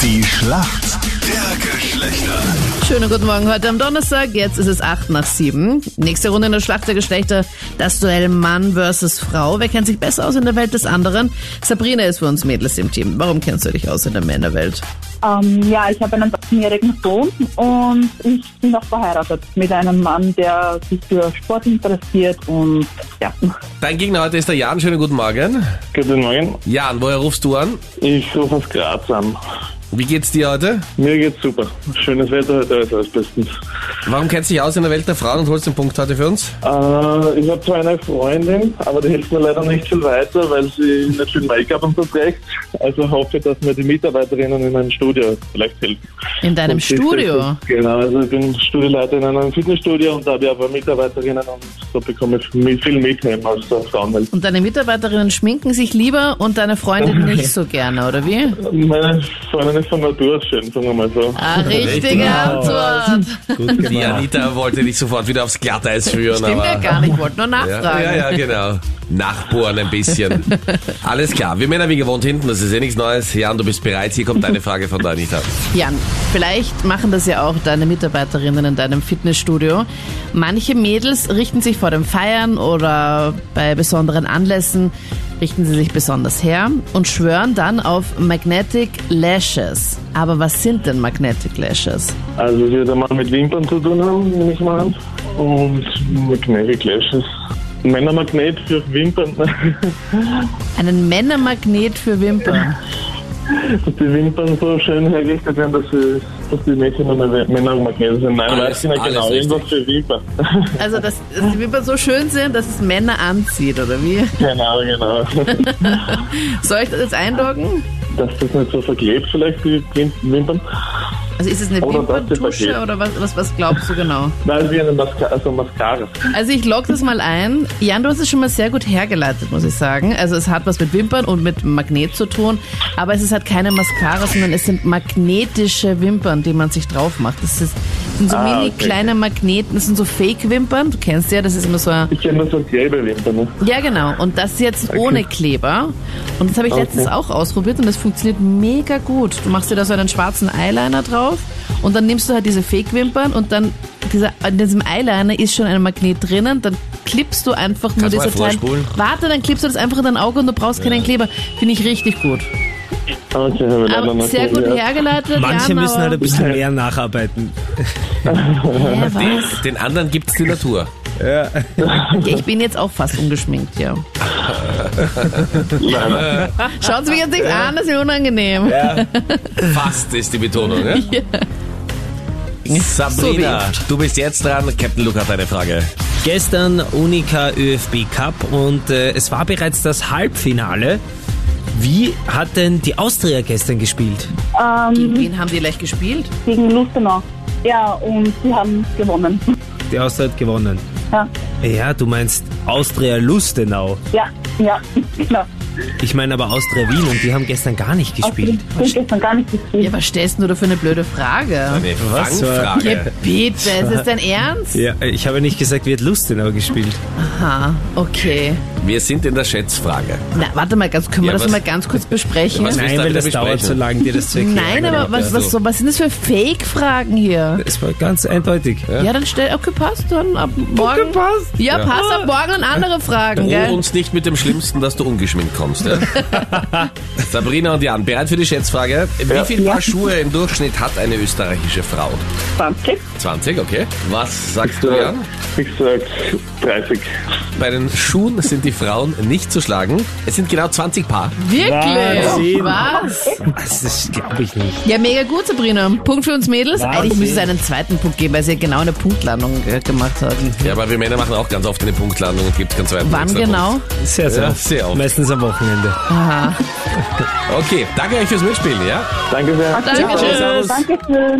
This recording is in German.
Die Schlacht der Geschlechter. Schönen guten Morgen heute am Donnerstag. Jetzt ist es 7:08. Nächste Runde in der Schlacht der Geschlechter. Das Duell Mann versus Frau. Wer kennt sich besser aus in der Welt des anderen? Sabrina ist für uns Mädels im Team. Warum kennst du dich aus in der Männerwelt? Ja, ich habe einen 13-jährigen Sohn und ich bin auch verheiratet mit einem Mann, der sich für Sport interessiert und ja. Dein Gegner heute ist der Jan. Schönen guten Morgen. Guten Morgen. Jan, woher rufst du an? Ich rufe aus Graz an. Wie geht's dir heute? Mir geht's super. Schönes Wetter heute, also alles bestens. Warum kennst du dich aus in der Welt der Frauen und holst den Punkt heute für uns? Ich habe zwar eine Freundin, aber die hilft mir leider nicht viel weiter, weil sie nicht viel Make-up und so trägt. Also hoffe ich, dass mir die Mitarbeiterinnen in meinem Studio vielleicht helfen. In deinem Studio? Genau, also ich bin Studioleiter in einem Fitnessstudio und da habe ich aber Mitarbeiterinnen und da bekomme ich viel mitnehmen als Frauenwelt. Und deine Mitarbeiterinnen schminken sich lieber und deine Freundin nicht so gerne, oder wie? Meine Freundin ist von Natur aus schön, sagen wir mal so. Richtige Antwort. Gut, die Anita wollte dich sofort wieder aufs Glatteis führen. Stimmt aber ja gar nicht, ich wollte nur nachfragen. Ja, genau. Nachbohren ein bisschen. Alles klar, wir Männer wie gewohnt hinten, das ist eh nichts Neues. Jan, du bist bereit, hier kommt deine Frage von der Anita. Jan, vielleicht machen das ja auch deine Mitarbeiterinnen in deinem Fitnessstudio. Manche Mädels richten sich vor dem Feiern oder bei besonderen Anlässen, richten sie sich besonders her und schwören dann auf Magnetic Lashes. Aber was sind denn Magnetic Lashes? Also es wird einmal mit Wimpern zu tun haben, nehme ich mal an. Und Magnetic Lashes. Männermagnet für Wimpern. Einen Männermagnet für Wimpern. Dass die Wimpern so schön hergerichtet werden, dass die Mädchen und Männermagnete sind. Nein, weiß ich nicht genau. Irgendwas für Wimpern. Also, dass die Wimpern so schön sind, dass es Männer anzieht, oder wie? Genau. Soll ich das jetzt einloggen? Dass das nicht so verklebt vielleicht, die Wimpern. Also ist es eine Wimperntusche oder was glaubst du genau? Nein, wie eine Mascara. Also ich logge das mal ein. Jan, du hast es schon mal sehr gut hergeleitet, muss ich sagen. Also es hat was mit Wimpern und mit Magnet zu tun, aber es ist halt keine Mascara, sondern es sind magnetische Wimpern, die man sich drauf macht. Das sind so kleine Magneten, das sind so Fake-Wimpern. Du kennst ja, das ist immer so ein... Ich kenne nur so gelbe Wimpern. Ne? Ja, genau. Und das ist jetzt ohne Kleber. Und das habe ich letztens auch ausprobiert und das funktioniert mega gut. Du machst dir da so einen schwarzen Eyeliner drauf und dann nimmst du halt diese Fake-Wimpern und dann in diesem Eyeliner ist schon ein Magnet drinnen, dann klippst du einfach nur diese Teile. Warte, dann klippst du das einfach in dein Auge und du brauchst keinen Kleber. Finde ich richtig gut. Okay, aber sehr gut hergeleitet. Manche Jan, müssen halt ein bisschen mehr nacharbeiten. Was? Den anderen gibt's die Natur. Ja. Ich bin jetzt auch fast ungeschminkt, ja. Schaut mich jetzt nicht an, das ist mir unangenehm. Ja. Fast ist die Betonung, ne? Ja. Sabrina, du bist jetzt dran. Captain Luke hat eine Frage. Gestern Unica ÖFB Cup und es war bereits das Halbfinale. Wie hat denn die Austria gestern gespielt? Gegen wen haben die gleich gespielt? Gegen Lustenau. Ja, und sie haben gewonnen. Die Austria hat gewonnen. Ja. Ja, du meinst Austria Lustenau. Ja, genau. Ich meine aber Austria Wien und die haben gestern gar nicht gespielt. Die haben gestern gar nicht gespielt. Ja, was stellst du da für eine blöde Frage? Eine Fangfrage. Ja, bitte, ist das dein Ernst? Ja, ich habe nicht gesagt, wie hat Lustenau gespielt. Aha, okay. Wir sind in der Schätzfrage. Na, warte mal, können wir das mal ganz kurz besprechen? was- Nein, da weil wieder das dauert besprechen? so lang, dir das zu erklären. Nein, aber was sind das für Fake-Fragen hier? Es war ganz eindeutig. Ja, dann okay, passt dann ab morgen. Ja, passt ab morgen und andere Fragen, Droh gell? uns nicht mit dem Schlimmsten, dass du ungeschminkt kommst. Ja? Sabrina und Jan, bereit für die Schätzfrage? Wie viel Paar Schuhe im Durchschnitt hat eine österreichische Frau? 20. 20, okay. Was sagst du, Jan? Ich sag 30. Bei den Schuhen sind die Frauen nicht zu schlagen. Es sind genau 20 Paar. Wirklich? Wahnsinn. Was? Das glaube ich nicht. Ja, mega gut, Sabrina. Punkt für uns Mädels. Eigentlich müsste es einen zweiten Punkt geben, weil sie ja genau eine Punktlandung gemacht hat. Ja, aber wir Männer machen auch ganz oft eine Punktlandung und gibt keinen zweiten Wann extra genau? Punkt. Sehr, sehr Ja, oft. sehr oft. Meistens am Wochenende. Aha. Okay, danke euch fürs Mitspielen, ja? Danke sehr. Dankeschön. Servus. Dankeschön.